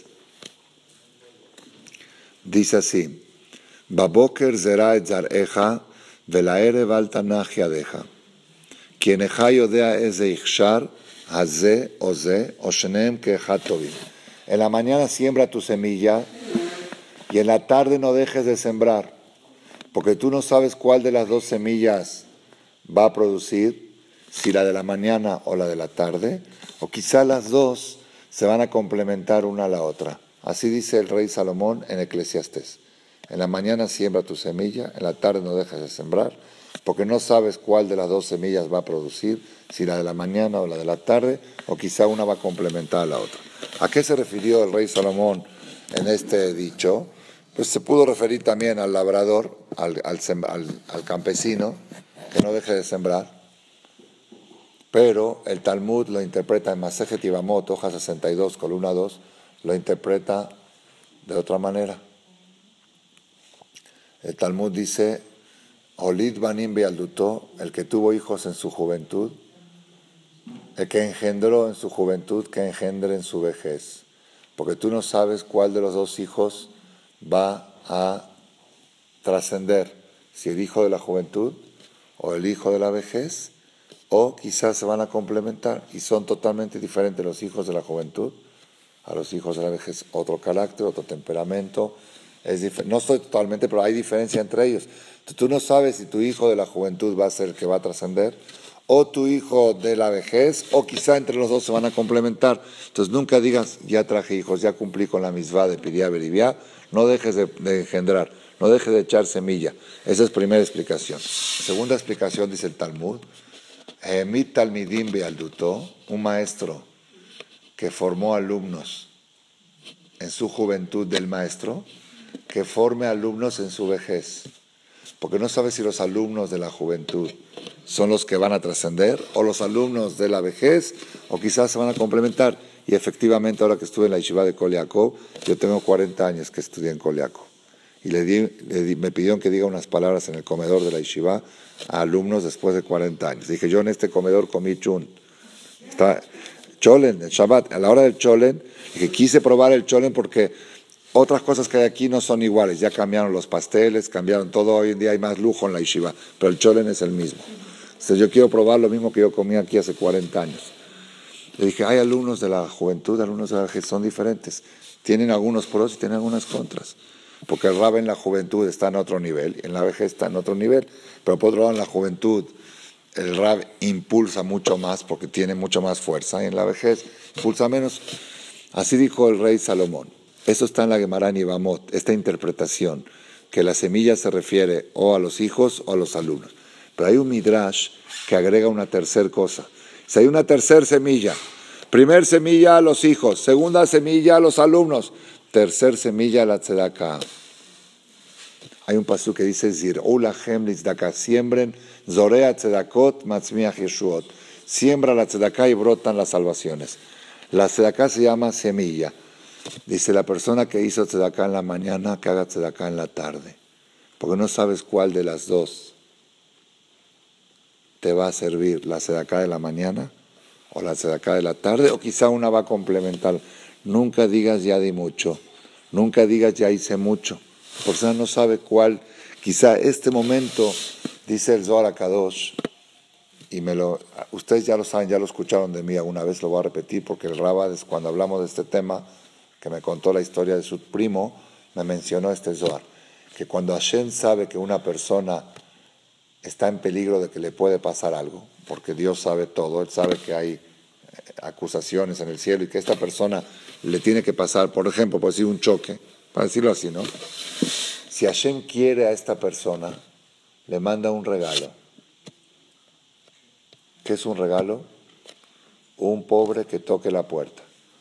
Speaker 1: dice así, Baboker zera et zareja, velaerev al tanach yadeja. Quien eja yodea es de ichshar, haze o ze, o shenem que eja tovim. En la mañana siembra tu semilla y en la tarde no dejes de sembrar, porque tú no sabes cuál de las dos semillas va a producir, si la de la mañana o la de la tarde, o quizá las dos se van a complementar una a la otra. Así dice el rey Salomón en Eclesiastés. En la mañana siembra tu semilla, en la tarde no dejes de sembrar, porque no sabes cuál de las dos semillas va a producir, si la de la mañana o la de la tarde, o quizá una va a complementar a la otra. ¿A qué se refirió el rey Salomón en este dicho? Pues se pudo referir también al labrador, al, al, al, al campesino, que no deje de sembrar. Pero el Talmud lo interpreta en Masejet Yevamot, hoja sesenta y dos, columna dos, lo interpreta de otra manera. El Talmud dice, Olid banim bealduto, el que tuvo hijos en su juventud, el que engendró en su juventud, que engendre en su vejez. Porque tú no sabes cuál de los dos hijos va a trascender, si el hijo de la juventud o el hijo de la vejez, o quizás se van a complementar y son totalmente diferentes los hijos de la juventud a los hijos de la vejez, otro carácter, otro temperamento, es dif- no estoy totalmente, pero hay diferencia entre ellos. Entonces, tú no sabes si tu hijo de la juventud va a ser el que va a trascender, o tu hijo de la vejez, o quizá entre los dos se van a complementar. Entonces nunca digas, ya traje hijos, ya cumplí con la misvá de Piriá Beribiá, no dejes de, de engendrar, no dejes de echar semilla. Esa es primera explicación. Segunda explicación, dice el Talmud, Mit Talmidim bealduto, un maestro que formó alumnos en su juventud del maestro, que forme alumnos en su vejez. Porque no sabes si los alumnos de la juventud son los que van a trascender, o los alumnos de la vejez, o quizás se van a complementar. Y efectivamente, ahora que estuve en la yeshiva de Kol Yaakov, yo tengo cuarenta años que estudié en Kol Yaakov. Y le di, le di, me pidieron que diga unas palabras en el comedor de la yeshiva a alumnos después de cuarenta años. Dije, yo en este comedor comí chun. Está, cholen, el Shabbat, a la hora del cholen, dije, quise probar el cholen porque otras cosas que hay aquí no son iguales. Ya cambiaron los pasteles, cambiaron todo. Hoy en día hay más lujo en la yeshiva, pero el cholen es el mismo. Entonces yo quiero probar lo mismo que yo comí aquí hace cuarenta años. Le dije, hay alumnos de la juventud, alumnos de la vejez, son diferentes. Tienen algunos pros y tienen algunas contras. Porque el Rab en la juventud está en otro nivel, y en la vejez está en otro nivel. Pero por otro lado, en la juventud, el Rab impulsa mucho más porque tiene mucho más fuerza, y en la vejez impulsa menos. Así dijo el rey Salomón. Eso está en la Gemara en Yevamot, esta interpretación, que la semilla se refiere o a los hijos o a los alumnos. Pero hay un midrash que agrega una tercera cosa. Si hay una tercera semilla, Primer semilla a los hijos, segunda semilla a los alumnos, tercer semilla a la tzedaká. Hay un pasú que dice, Zir'u lachem litzdaka, siembren, zorea tzedakot, matzmiach yeshuot. Siembra la tzedaká y brotan las salvaciones. La tzedaká se llama semilla. Dice la persona que hizo tzedaká en la mañana, que haga tzedaká en la tarde. Porque no sabes cuál de las dos te va a servir, la tzedaká de la mañana o la tzedaká de la tarde, o quizá una va a complementar. Nunca digas ya di mucho, nunca digas ya hice mucho. La persona no sabe cuál, quizá este momento, dice el Zohar HaKadosh, y me lo, ustedes ya lo saben, ya lo escucharon de mí alguna vez, lo voy a repetir, porque el Rabba, cuando hablamos de este tema, que me contó la historia de su primo, me mencionó este Zohar, que cuando Hashem sabe que una persona está en peligro de que le puede pasar algo, porque Dios sabe todo, Él sabe que hay acusaciones en el cielo y que esta persona le tiene que pasar, por ejemplo, por decir un choque, para decirlo así, ¿no? Si Hashem quiere a esta persona, le manda un regalo. ¿Qué es un regalo? Un pobre que toque la puerta.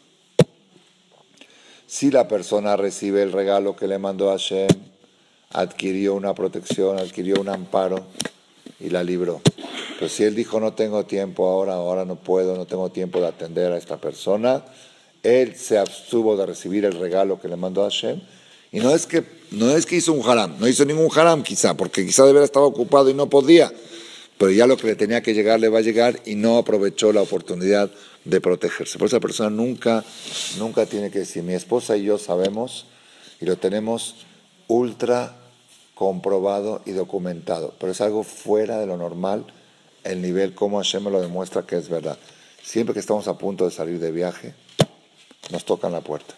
Speaker 1: Si la persona recibe el regalo que le mandó Hashem, adquirió una protección, adquirió un amparo y la libró. Pero si él dijo, no tengo tiempo ahora, ahora no puedo, no tengo tiempo de atender a esta persona, él se abstuvo de recibir el regalo que le mandó Hashem. Y no es que, no es que hizo un haram, no hizo ningún haram quizá, porque quizá de verdad estaba ocupado y no podía, pero ya lo que le tenía que llegar le va a llegar y no aprovechó la oportunidad de protegerse. Por esa persona nunca, nunca tiene que decir, mi esposa y yo sabemos y lo tenemos ultra comprobado y documentado, pero es algo fuera de lo normal el nivel como Hashem me lo demuestra que es verdad. Siempre que estamos a punto de salir de viaje, nos tocan la puerta.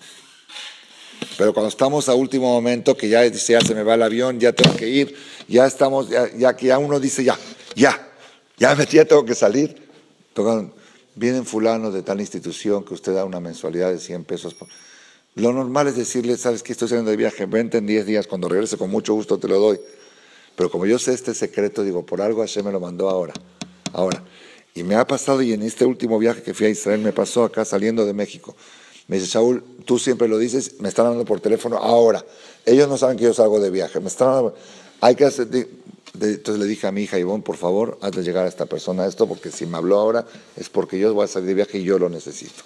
Speaker 1: Pero cuando estamos a último momento, que ya, ya se me va el avión, ya tengo que ir, ya estamos, ya, ya que ya uno dice, ya, ya, ya, me, ya tengo que salir. Tocan, vienen fulanos de tal institución que usted da una mensualidad de cien pesos. Por... Lo normal es decirle, ¿sabes qué? Estoy saliendo de viaje, vente en diez días, cuando regrese con mucho gusto te lo doy. Pero como yo sé este secreto, digo, por algo Hashem me lo mandó ahora, ahora. Y me ha pasado, y en este último viaje que fui a Israel, me pasó acá saliendo de México. Me dice, Shaul, tú siempre lo dices, me están hablando por teléfono ahora. Ellos no saben que yo salgo de viaje. Me están hablando, hay que hacer... De, de, entonces le dije a mi hija, Ivonne, por favor, hazle llegar a esta persona esto, porque si me habló ahora es porque yo voy a salir de viaje y yo lo necesito.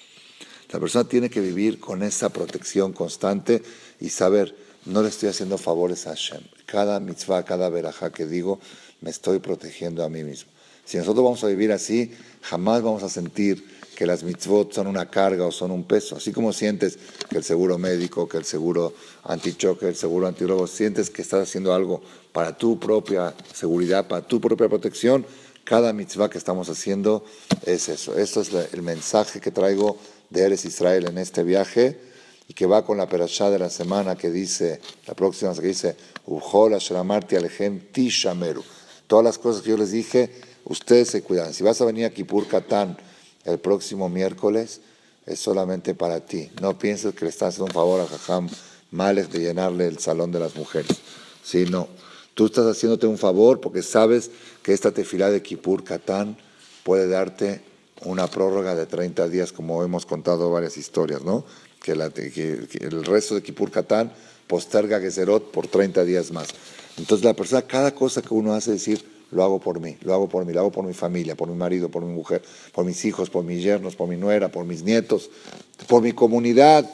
Speaker 1: La persona tiene que vivir con esa protección constante y saber, no le estoy haciendo favores a Hashem. Cada mitzvah, cada verajá que digo, me estoy protegiendo a mí mismo. Si nosotros vamos a vivir así, jamás vamos a sentir que las mitzvot son una carga o son un peso. Así como sientes que el seguro médico, que el seguro antichoque, el seguro antirrobo, sientes que estás haciendo algo para tu propia seguridad, para tu propia protección, cada mitzvah que estamos haciendo es eso. Esto es el mensaje que traigo de Eretz Israel en este viaje y que va con la perashá de la semana que dice, la próxima que dice, Ujol asher amarti alechem tishameru. Todas las cosas que yo les dije, ustedes se cuidan. Si vas a venir a Kippur Katán el próximo miércoles, es solamente para ti. No pienses que le estás haciendo un favor a Jajam Malek de llenarle el salón de las mujeres. Sí, no. Tú estás haciéndote un favor porque sabes que esta tefilá de Kippur Katán puede darte una prórroga de treinta días, como hemos contado varias historias, ¿no? Que, la, que, que el resto de Kippur Katán posterga Gezerot por treinta días más. Entonces la persona, cada cosa que uno hace, decir, lo hago por mí, lo hago por mí, lo hago por mi familia, por mi marido, por mi mujer, por mis hijos, por mis yernos, por mi nuera, por mis nietos, por mi comunidad.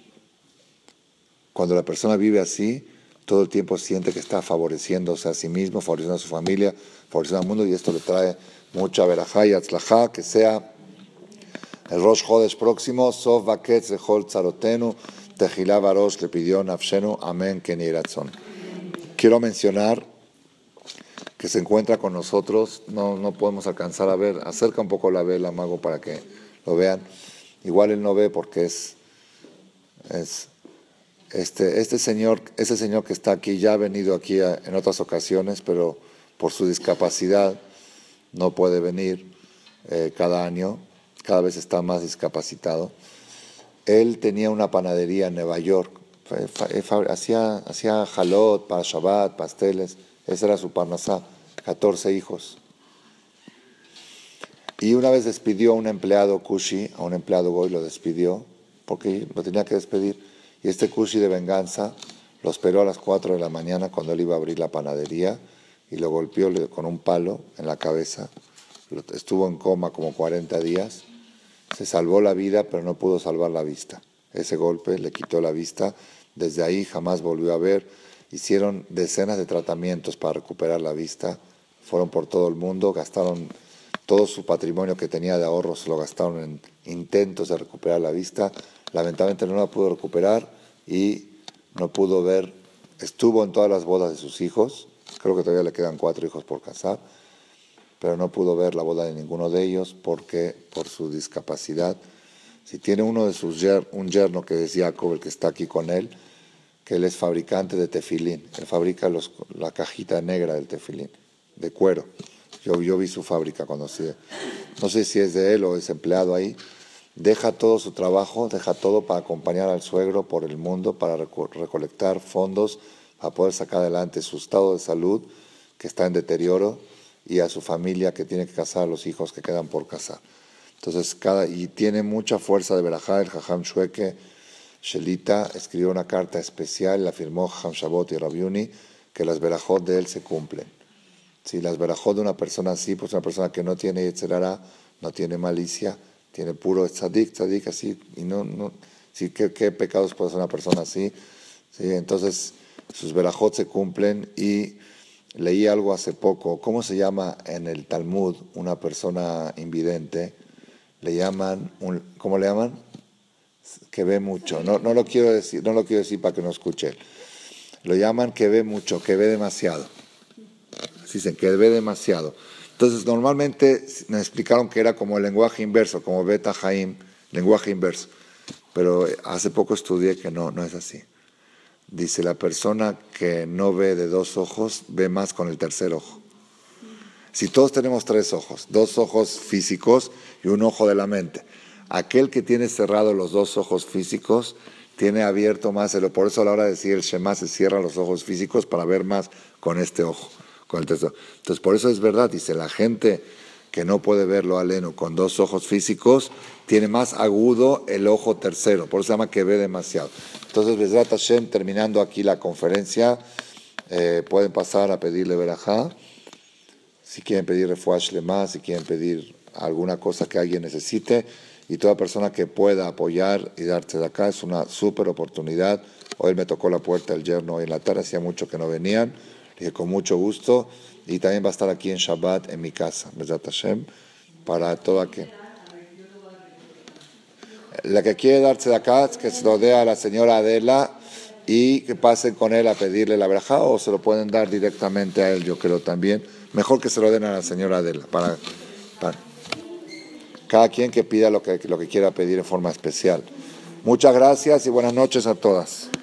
Speaker 1: Cuando la persona vive así, todo el tiempo siente que está favoreciéndose a sí mismo, favoreciendo a su familia, favoreciendo al mundo, y esto le trae mucha verajá y atzlajá, que sea el Rosh Chodesh próximo, Sof Vaketz Lechol Tzarotenu, Tehilá Barosh le pidió Nafshenu, Amén, Ken Yehí Ratzon. Quiero mencionar que se encuentra con nosotros, no, no podemos alcanzar a ver, acerca un poco la vela, Mago, para que lo vean. Igual él no ve porque es, es este, este señor, ese señor que está aquí, ya ha venido aquí a, en otras ocasiones, pero por su discapacidad no puede venir eh, cada año, cada vez está más discapacitado. Él tenía una panadería en Nueva York, hacía, hacía jalot para Shabbat, pasteles, esa era su parnasá, catorce hijos. Y una vez despidió a un empleado Kushi, a un empleado Goy lo despidió, porque lo tenía que despedir. Y este Kushi de venganza lo esperó a las cuatro de la mañana cuando él iba a abrir la panadería y lo golpeó con un palo en la cabeza. Estuvo en coma como cuarenta días. Se salvó la vida, pero no pudo salvar la vista. Ese golpe le quitó la vista. Desde ahí jamás volvió a ver. Hicieron decenas de tratamientos para recuperar la vista. Fueron por todo el mundo, gastaron todo su patrimonio que tenía de ahorros, lo gastaron en intentos de recuperar la vista. Lamentablemente no la pudo recuperar y no pudo ver. Estuvo en todas las bodas de sus hijos. Creo que todavía le quedan cuatro hijos por casar, pero no pudo ver la boda de ninguno de ellos porque por su discapacidad. Si tiene uno de sus yer, un yerno que es Jacob, el que está aquí con él, que él es fabricante de tefilín. Él fabrica los, la cajita negra del tefilín, de cuero. Yo, yo vi su fábrica cuando se, no sé si es de él o es empleado ahí. Deja todo su trabajo, deja todo para acompañar al suegro por el mundo, para reco- recolectar fondos, para poder sacar adelante su estado de salud, que está en deterioro, y a su familia que tiene que casar, a los hijos que quedan por casar. Entonces, cada, y tiene mucha fuerza de verajá. El Jajam Shueke Shelita escribió una carta especial, la firmó Jajam Shabot y Rabiuni, que las verajot de él se cumplen. Si las verajot de una persona así, pues una persona que no tiene Yetzer Hara, no tiene malicia, tiene puro tzadik, tzadik así, y no, no, sí, ¿qué, qué pecados puede hacer una persona así? Sí, entonces, sus verajot se cumplen. Y leí algo hace poco, ¿cómo se llama en el Talmud una persona invidente? Le llaman, un, ¿cómo le llaman? Que ve mucho. No, no lo quiero decir, no lo quiero decir para que no escuche. Lo llaman que ve mucho, que ve demasiado. Dicen que ve demasiado. Entonces, normalmente me explicaron que era como el lenguaje inverso, como Beta Haim, lenguaje inverso. Pero hace poco estudié que no, no es así. Dice, la persona que no ve de dos ojos, ve más con el tercer ojo. Si todos tenemos tres ojos, dos ojos físicos y un ojo de la mente, aquel que tiene cerrados los dos ojos físicos, tiene abierto más, por eso a la hora de decir el Shema se cierra los ojos físicos para ver más con este ojo, con el tercer ojo. Entonces, por eso es verdad, dice, la gente que no puede verlo aleno con dos ojos físicos, tiene más agudo el ojo tercero, por eso se llama que ve demasiado. Entonces, Bezrat Hashem, terminando aquí la conferencia, eh, pueden pasar a pedirle verajá, si quieren pedir refuah shlema, si quieren pedir alguna cosa que alguien necesite, y toda persona que pueda apoyar y darse de acá, es una súper oportunidad. Hoy me tocó la puerta el yerno hoy en la tarde, hacía mucho que no venían, le dije con mucho gusto, y también va a estar aquí en Shabbat en mi casa, Bezrat Hashem, para toda que... La que quiere darse de acá, que se lo dé a la señora Adela y que pasen con él a pedirle la verajá, o se lo pueden dar directamente a él, yo creo también. Mejor que se lo den a la señora Adela, para, para cada quien que pida lo que, lo que quiera pedir en forma especial. Muchas gracias y buenas noches a todas.